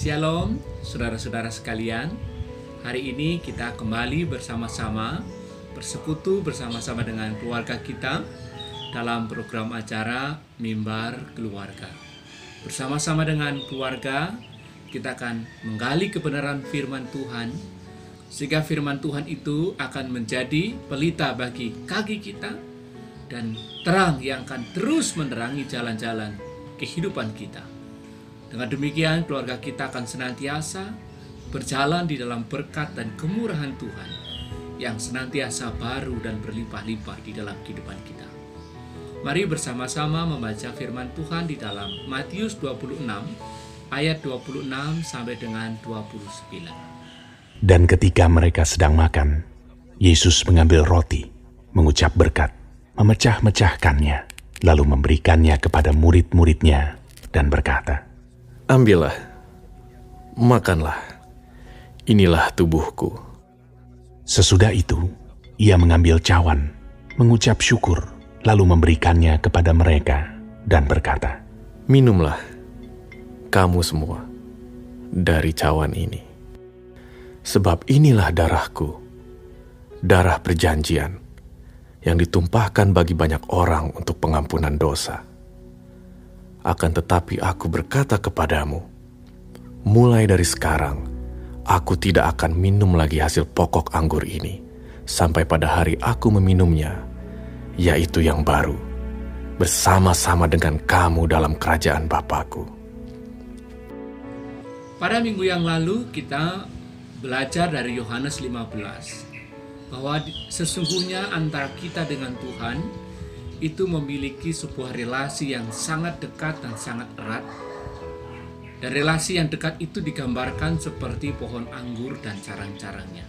Shalom, saudara-saudara sekalian. Hari ini kita kembali bersama-sama bersekutu bersama-sama dengan keluarga kita dalam program acara Mimbar Keluarga. Bersama-sama dengan keluarga, kita akan menggali kebenaran firman Tuhan, sehingga firman Tuhan itu akan menjadi pelita bagi kaki kita dan terang yang akan terus menerangi jalan-jalan kehidupan kita. Dengan demikian, keluarga kita akan senantiasa berjalan di dalam berkat dan kemurahan Tuhan yang senantiasa baru dan berlimpah-limpah di dalam kehidupan kita. Mari bersama-sama membaca firman Tuhan di dalam Matius 26 ayat 26 sampai dengan 29. Dan ketika mereka sedang makan, Yesus mengambil roti, mengucap berkat, memecah-mecahkannya, lalu memberikannya kepada murid-muridnya dan berkata, "Ambillah, makanlah, inilah tubuhku." Sesudah itu, ia mengambil cawan, mengucap syukur, lalu memberikannya kepada mereka dan berkata, "Minumlah, kamu semua, dari cawan ini. Sebab inilah darahku, darah perjanjian, yang ditumpahkan bagi banyak orang untuk pengampunan dosa. Akan tetapi aku berkata kepadamu, mulai dari sekarang, aku tidak akan minum lagi hasil pokok anggur ini, sampai pada hari aku meminumnya, yaitu yang baru, bersama-sama dengan kamu dalam kerajaan Bapa-Ku." Pada minggu yang lalu kita belajar dari Yohanes 15 bahwa sesungguhnya antara kita dengan Tuhan itu memiliki sebuah relasi yang sangat dekat dan sangat erat. Dan relasi yang dekat itu digambarkan seperti pohon anggur dan carang-carangnya.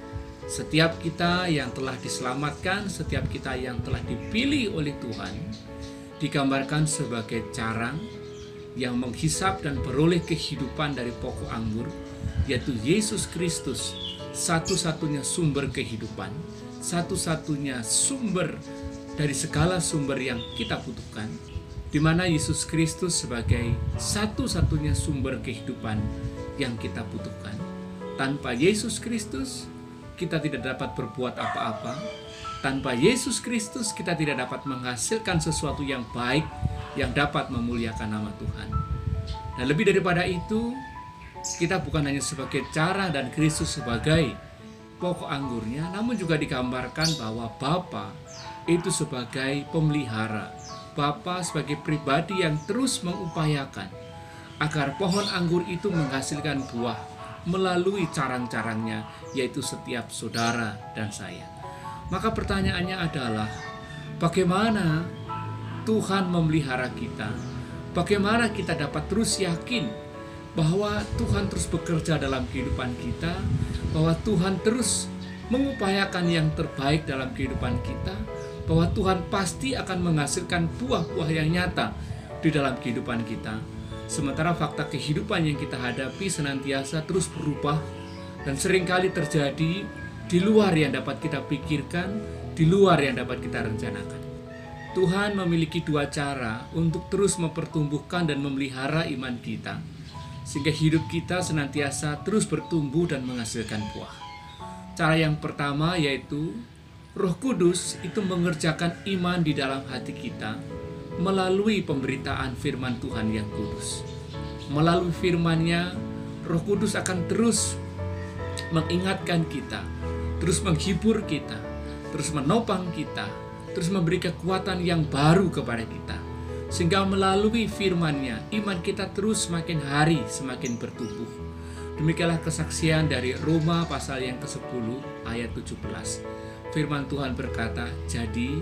Setiap kita yang telah diselamatkan, setiap kita yang telah dipilih oleh Tuhan, digambarkan sebagai carang yang menghisap dan beroleh kehidupan dari pokok anggur, yaitu Yesus Kristus, satu-satunya sumber kehidupan, satu-satunya sumber dari segala sumber yang kita butuhkan, di mana Yesus Kristus sebagai satu-satunya sumber kehidupan yang kita butuhkan. Tanpa Yesus Kristus, kita tidak dapat berbuat apa-apa. Tanpa Yesus Kristus, kita tidak dapat menghasilkan sesuatu yang baik yang dapat memuliakan nama Tuhan. Dan lebih daripada itu, kita bukan hanya sebagai carang dan Kristus sebagai pokok anggurnya, namun juga digambarkan bahwa Bapa itu sebagai pemelihara. Bapa sebagai pribadi yang terus mengupayakan agar pohon anggur itu menghasilkan buah melalui carang-carangnya, yaitu setiap saudara dan saya. Maka pertanyaannya adalah, bagaimana Tuhan memelihara kita? Bagaimana kita dapat terus yakin bahwa Tuhan terus bekerja dalam kehidupan kita, bahwa Tuhan terus mengupayakan yang terbaik dalam kehidupan kita, bahwa Tuhan pasti akan menghasilkan buah-buah yang nyata di dalam kehidupan kita. Sementara fakta kehidupan yang kita hadapi senantiasa terus berubah dan seringkali terjadi di luar yang dapat kita pikirkan, di luar yang dapat kita rencanakan. Tuhan memiliki dua cara untuk terus mempertumbuhkan dan memelihara iman kita, sehingga hidup kita senantiasa terus bertumbuh dan menghasilkan buah. Cara yang pertama yaitu Roh Kudus itu mengerjakan iman di dalam hati kita melalui pemberitaan firman Tuhan yang kudus. Melalui firman-Nya, Roh Kudus akan terus mengingatkan kita, terus menghibur kita, terus menopang kita, terus memberi kekuatan yang baru kepada kita. Sehingga melalui firman-Nya, iman kita terus semakin hari semakin bertumbuh. Demikianlah kesaksian dari Roma pasal yang ke-10 ayat 17. Firman Tuhan berkata, "Jadi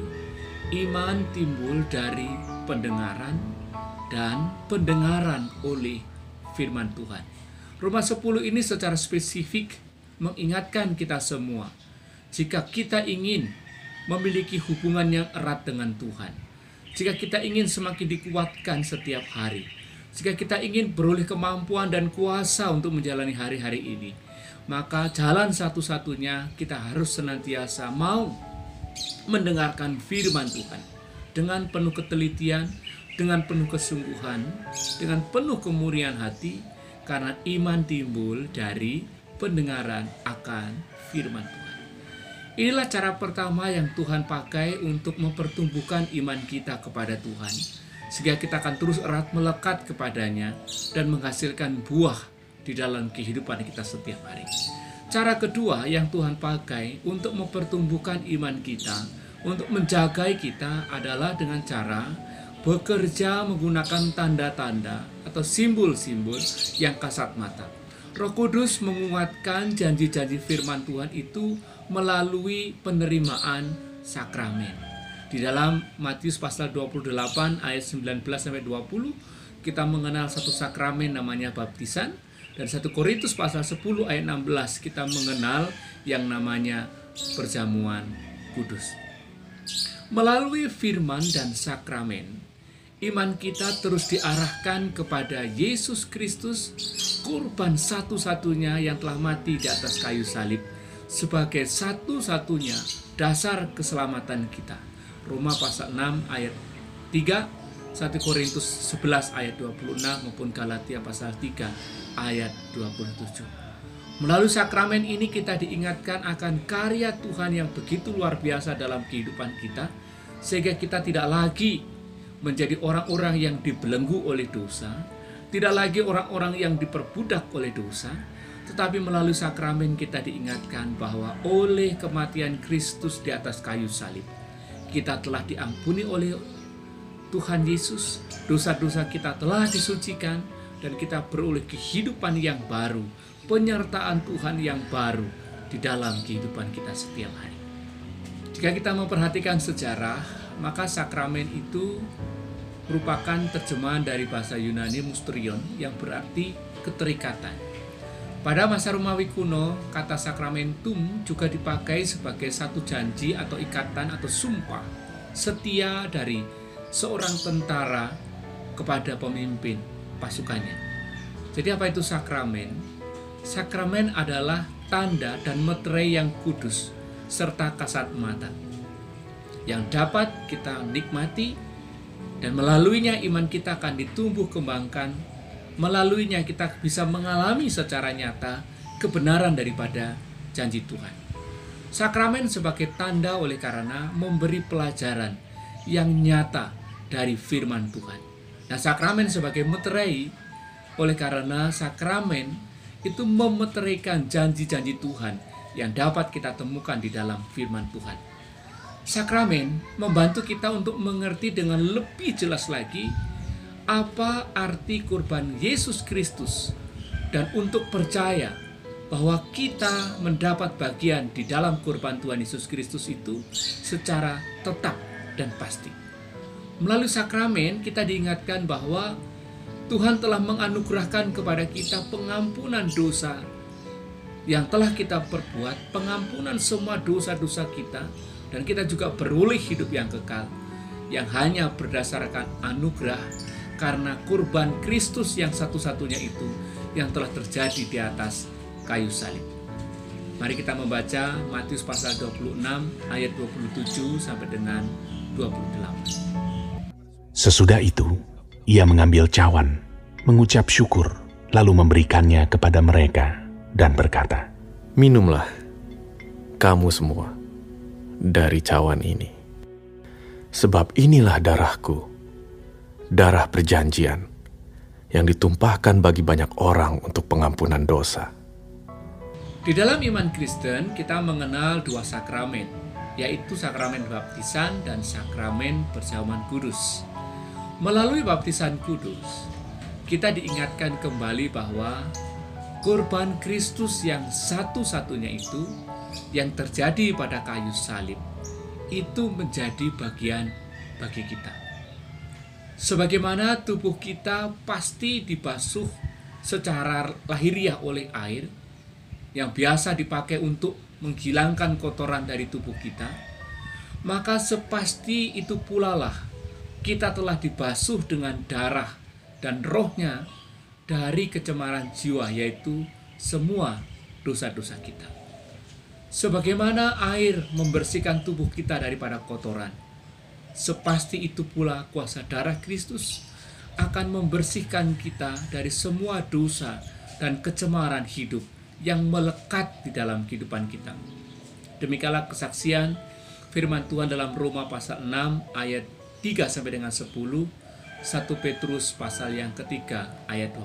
iman timbul dari pendengaran dan pendengaran oleh firman Tuhan." Roma 10 ini secara spesifik mengingatkan kita semua, jika kita ingin memiliki hubungan yang erat dengan Tuhan, jika kita ingin semakin dikuatkan setiap hari, jika kita ingin beroleh kemampuan dan kuasa untuk menjalani hari-hari ini, maka jalan satu-satunya kita harus senantiasa mau mendengarkan firman Tuhan dengan penuh ketelitian, dengan penuh kesungguhan, dengan penuh kemurnian hati, karena iman timbul dari pendengaran akan firman Tuhan. Inilah cara pertama yang Tuhan pakai untuk mempertumbuhkan iman kita kepada Tuhan, sehingga kita akan terus erat melekat kepadanya dan menghasilkan buah di dalam kehidupan kita setiap hari. Cara kedua yang Tuhan pakai untuk mempertumbuhkan iman kita, untuk menjagai kita adalah dengan cara bekerja menggunakan tanda-tanda atau simbol-simbol yang kasat mata. Roh Kudus menguatkan janji-janji firman Tuhan itu melalui penerimaan sakramen. Di dalam Matius pasal 28 ayat 19-20 kita mengenal satu sakramen namanya baptisan, dan 1 Korintus pasal 10 ayat 16 kita mengenal yang namanya perjamuan kudus. Melalui firman dan sakramen, iman kita terus diarahkan kepada Yesus Kristus, kurban satu-satunya yang telah mati di atas kayu salib, sebagai satu-satunya dasar keselamatan kita. Roma pasal 6 ayat 3, 1 Korintus 11 ayat 26 maupun Galatia pasal 3 ayat 27. Melalui sakramen ini kita diingatkan akan karya Tuhan yang begitu luar biasa dalam kehidupan kita, sehingga kita tidak lagi menjadi orang-orang yang dibelenggu oleh dosa, tidak lagi orang-orang yang diperbudak oleh dosa, tetapi melalui sakramen kita diingatkan bahwa oleh kematian Kristus di atas kayu salib, kita telah diampuni oleh Tuhan Yesus, dosa-dosa kita telah disucikan, dan kita beroleh kehidupan yang baru, penyertaan Tuhan yang baru di dalam kehidupan kita setiap hari. Jika kita memperhatikan sejarah, maka sakramen itu merupakan terjemahan dari bahasa Yunani musterion yang berarti keterikatan. Pada masa Romawi kuno, kata sakramentum juga dipakai sebagai satu janji atau ikatan atau sumpah setia dari seorang tentara kepada pemimpin pasukannya. Jadi apa itu sakramen? Sakramen adalah tanda dan meterai yang kudus serta kasat mata yang dapat kita nikmati, dan melaluinya iman kita akan ditumbuh kembangkan. Melaluinya kita bisa mengalami secara nyata kebenaran daripada janji Tuhan. Sakramen sebagai tanda oleh karena memberi pelajaran yang nyata dari firman Tuhan. Nah, sakramen sebagai meterai oleh karena sakramen itu memeteraikan janji-janji Tuhan yang dapat kita temukan di dalam firman Tuhan. Sakramen membantu kita untuk mengerti dengan lebih jelas lagi apa arti kurban Yesus Kristus, dan untuk percaya bahwa kita mendapat bagian di dalam kurban Tuhan Yesus Kristus itu secara tetap dan pasti. Melalui sakramen kita diingatkan bahwa Tuhan telah menganugerahkan kepada kita pengampunan dosa yang telah kita perbuat, pengampunan semua dosa-dosa kita, dan kita juga beroleh hidup yang kekal yang hanya berdasarkan anugerah karena kurban Kristus yang satu-satunya itu yang telah terjadi di atas kayu salib. Mari kita membaca Matius pasal 26 ayat 27 sampai dengan 28. Sesudah itu, ia mengambil cawan, mengucap syukur, lalu memberikannya kepada mereka dan berkata, "Minumlah, kamu semua, dari cawan ini. Sebab inilah darahku, darah perjanjian, yang ditumpahkan bagi banyak orang untuk pengampunan dosa." Di dalam iman Kristen, kita mengenal dua sakramen, yaitu sakramen baptisan dan sakramen perjamuan kudus. Melalui baptisan kudus, kita diingatkan kembali bahwa kurban Kristus yang satu-satunya itu, yang terjadi pada kayu salib, itu menjadi bagian bagi kita. Sebagaimana tubuh kita pasti dibasuh secara lahiriah oleh air, yang biasa dipakai untuk menghilangkan kotoran dari tubuh kita, maka sepasti itu pula lah kita telah dibasuh dengan darah dan rohnya dari kecemaran jiwa, yaitu semua dosa-dosa kita. Sebagaimana air membersihkan tubuh kita daripada kotoran, sepasti itu pula kuasa darah Kristus akan membersihkan kita dari semua dosa dan kecemaran hidup yang melekat di dalam kehidupan kita. Demikianlah kesaksian firman Tuhan dalam Roma pasal 6 ayat 3 sampai dengan 10, 1 Petrus pasal yang ketiga ayat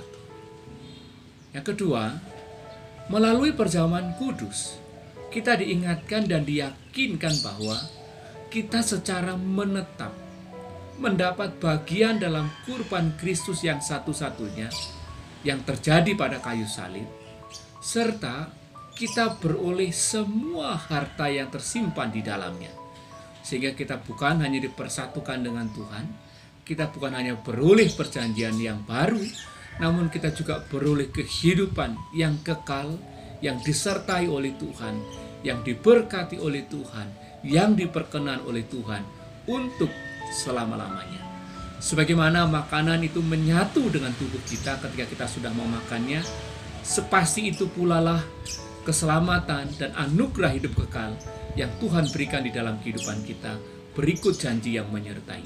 21. Yang kedua, melalui perjamuan kudus, kita diingatkan dan diyakinkan bahwa kita secara menetap mendapat bagian dalam kurban Kristus yang satu-satunya yang terjadi pada kayu salib, serta kita beroleh semua harta yang tersimpan di dalamnya. Sehingga kita bukan hanya dipersatukan dengan Tuhan, kita bukan hanya beroleh perjanjian yang baru, namun kita juga beroleh kehidupan yang kekal, yang disertai oleh Tuhan, yang diberkati oleh Tuhan, yang diperkenan oleh Tuhan untuk selama-lamanya. Sebagaimana makanan itu menyatu dengan tubuh kita ketika kita sudah memakannya, sepasti itu pula lah keselamatan dan anugerah hidup kekal yang Tuhan berikan di dalam kehidupan kita berikut janji yang menyertai.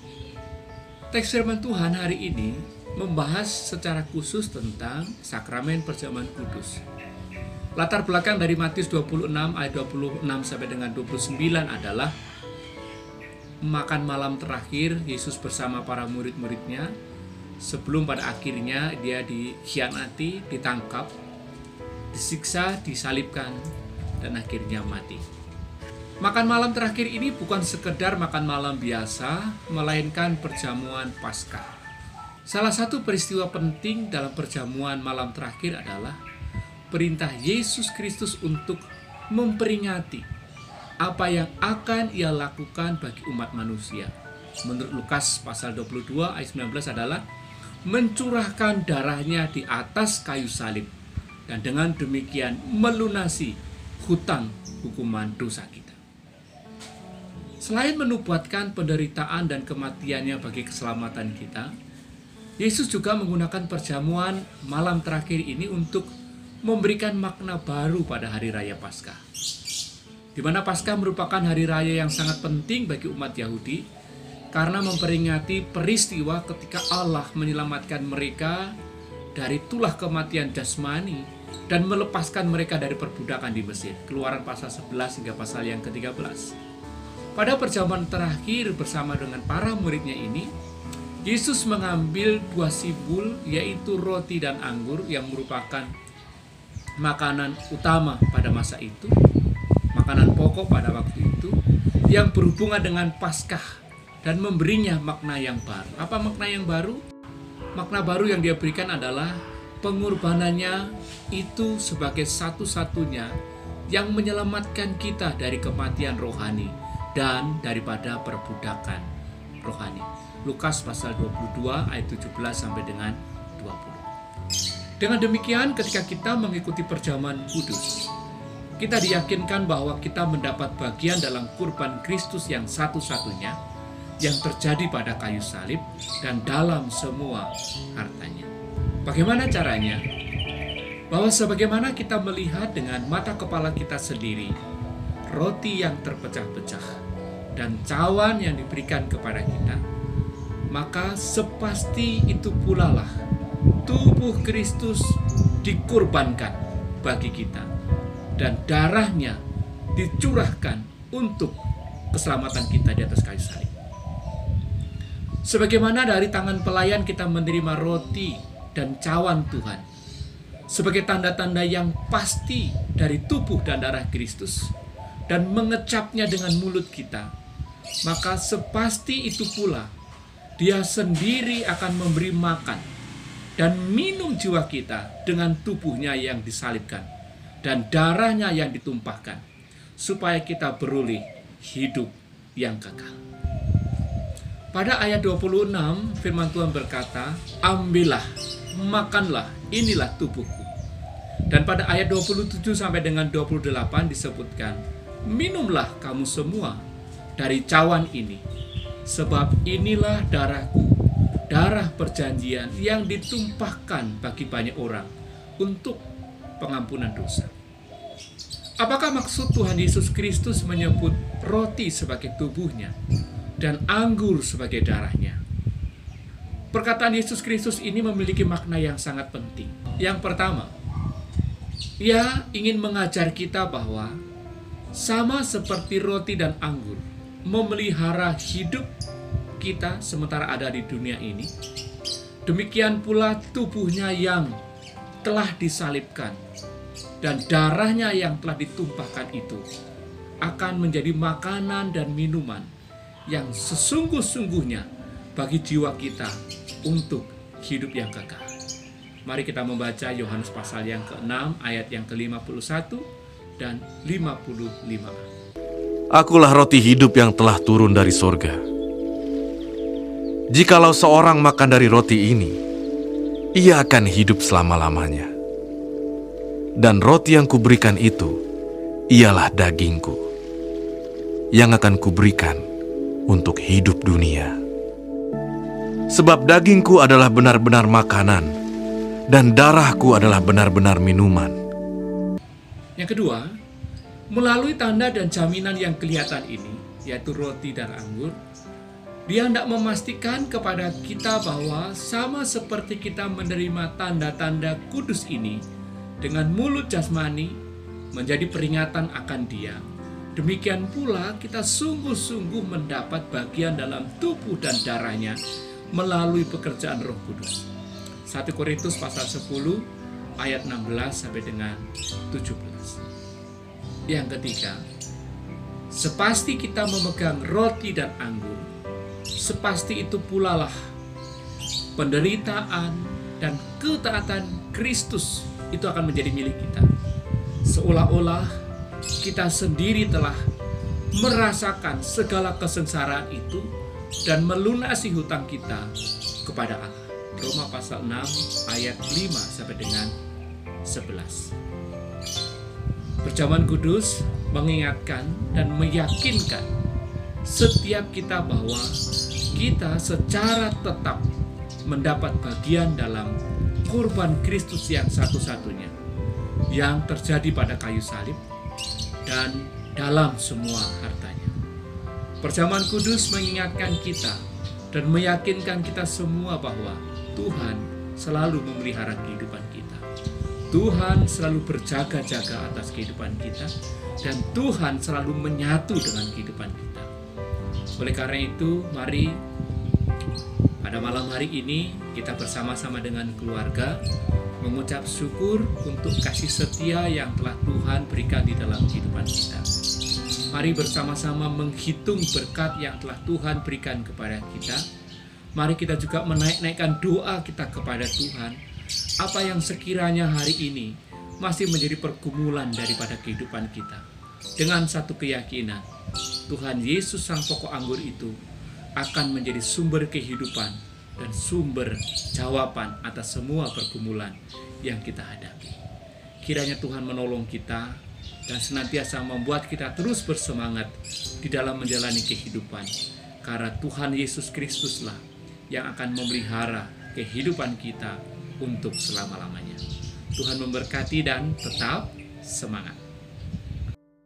Teks firman Tuhan hari ini membahas secara khusus tentang sakramen perjamuan kudus. Latar belakang dari Matius 26 ayat 26 sampai dengan 29 adalah makan malam terakhir Yesus bersama para murid-muridnya sebelum pada akhirnya dia dikhianati, ditangkap, disiksa, disalibkan, dan akhirnya mati. Makan malam terakhir ini bukan sekedar makan malam biasa, melainkan perjamuan Paskah. Salah satu peristiwa penting dalam perjamuan malam terakhir adalah perintah Yesus Kristus untuk memperingati apa yang akan ia lakukan bagi umat manusia. Menurut Lukas pasal 22 ayat 19 adalah mencurahkan darahnya di atas kayu salib dan dengan demikian melunasi hutang hukuman dosa kita. Selain menubuatkan penderitaan dan kematiannya bagi keselamatan kita, Yesus juga menggunakan perjamuan malam terakhir ini untuk memberikan makna baru pada hari raya Paskah. Di mana Paskah merupakan hari raya yang sangat penting bagi umat Yahudi karena memperingati peristiwa ketika Allah menyelamatkan mereka dari tulah kematian jasmani dan melepaskan mereka dari perbudakan di Mesir. Keluaran pasal 11 hingga pasal yang ke-13. Pada perjamuan terakhir bersama dengan para muridnya ini, Yesus mengambil buah sibul, yaitu roti dan anggur yang merupakan makanan utama pada masa itu, makanan pokok pada waktu itu, yang berhubungan dengan Paskah dan memberinya makna yang baru. Apa makna yang baru? Makna baru yang dia berikan adalah pengorbanannya itu sebagai satu-satunya yang menyelamatkan kita dari kematian rohani dan daripada perbudakan rohani. Lukas pasal 22 ayat 17 sampai dengan 20. Dengan demikian ketika kita mengikuti perjamuan kudus, kita diyakinkan bahwa kita mendapat bagian dalam kurban Kristus yang satu-satunya yang terjadi pada kayu salib dan dalam semua hartanya. Bagaimana caranya? Bahwa sebagaimana kita melihat dengan mata kepala kita sendiri, roti yang terpecah-pecah dan cawan yang diberikan kepada kita, maka sepasti itu pula lah tubuh Kristus dikorbankan bagi kita dan darahnya dicurahkan untuk keselamatan kita di atas kayu salib. Sebagaimana dari tangan pelayan kita menerima roti dan cawan Tuhan sebagai tanda-tanda yang pasti dari tubuh dan darah Kristus dan mengecapnya dengan mulut kita, maka sepasti itu pula Dia sendiri akan memberi makan dan minum jiwa kita dengan tubuhnya yang disalibkan dan darahnya yang ditumpahkan, supaya kita beroleh hidup yang kekal. Pada ayat 26, firman Tuhan berkata, ambillah, makanlah, inilah tubuhku. Dan pada ayat 27 sampai dengan 28 disebutkan, minumlah kamu semua dari cawan ini, sebab inilah darahku, darah perjanjian yang ditumpahkan bagi banyak orang untuk pengampunan dosa. Apakah maksud Tuhan Yesus Kristus menyebut roti sebagai tubuhnya dan anggur sebagai darahnya? Perkataan Yesus Kristus ini memiliki makna yang sangat penting. Yang pertama, Ia ingin mengajar kita bahwa sama seperti roti dan anggur memelihara hidup kita sementara ada di dunia ini, demikian pula tubuhnya yang telah disalibkan dan darahnya yang telah ditumpahkan itu akan menjadi makanan dan minuman yang sesungguh-sungguhnya bagi jiwa kita untuk hidup yang kekal. Mari kita membaca Yohanes pasal yang ke-6 ayat yang ke-51 dan 55. Akulah roti hidup yang telah turun dari sorga. Jikalau seorang makan dari roti ini, ia akan hidup selama-lamanya. Dan roti yang kuberikan itu, ialah dagingku, yang akan kuberikan untuk hidup dunia. Sebab dagingku adalah benar-benar makanan, dan darahku adalah benar-benar minuman. Yang kedua, melalui tanda dan jaminan yang kelihatan ini, yaitu roti dan anggur, Dia hendak memastikan kepada kita bahwa sama seperti kita menerima tanda-tanda kudus ini dengan mulut jasmani menjadi peringatan akan Dia, demikian pula kita sungguh-sungguh mendapat bagian dalam tubuh dan darahnya melalui pekerjaan Roh Kudus. 1 Korintus pasal 10 ayat 16 sampai dengan 17. Yang ketiga, sepasti kita memegang roti dan anggur, sepasti itu pula lah penderitaan dan ketaatan Kristus itu akan menjadi milik kita. Seolah-olah kita sendiri telah merasakan segala kesengsaraan itu dan melunasi hutang kita kepada Allah. Roma pasal 6 ayat 5 sampai dengan 11. Perjamuan kudus mengingatkan dan meyakinkan setiap kita bahwa kita secara tetap mendapat bagian dalam kurban Kristus yang satu-satunya yang terjadi pada kayu salib dan dalam semua hartanya. Perjamuan kudus mengingatkan kita dan meyakinkan kita semua bahwa Tuhan selalu memelihara kehidupan kita. Tuhan selalu berjaga-jaga atas kehidupan kita dan Tuhan selalu menyatu dengan kehidupan kita. Oleh karena itu, mari pada malam hari ini kita bersama-sama dengan keluarga mengucap syukur untuk kasih setia yang telah Tuhan berikan di dalam kehidupan kita. Mari bersama-sama menghitung berkat yang telah Tuhan berikan kepada kita. Mari kita juga menaik-naikkan doa kita kepada Tuhan. Apa yang sekiranya hari ini masih menjadi pergumulan daripada kehidupan kita. Dengan satu keyakinan, Tuhan Yesus Sang Pokok Anggur itu akan menjadi sumber kehidupan dan sumber jawaban atas semua pergumulan yang kita hadapi. Kiranya Tuhan menolong kita dan senantiasa membuat kita terus bersemangat di dalam menjalani kehidupan. Karena Tuhan Yesus Kristuslah yang akan memelihara kehidupan kita untuk selama-lamanya. Tuhan memberkati dan tetap semangat.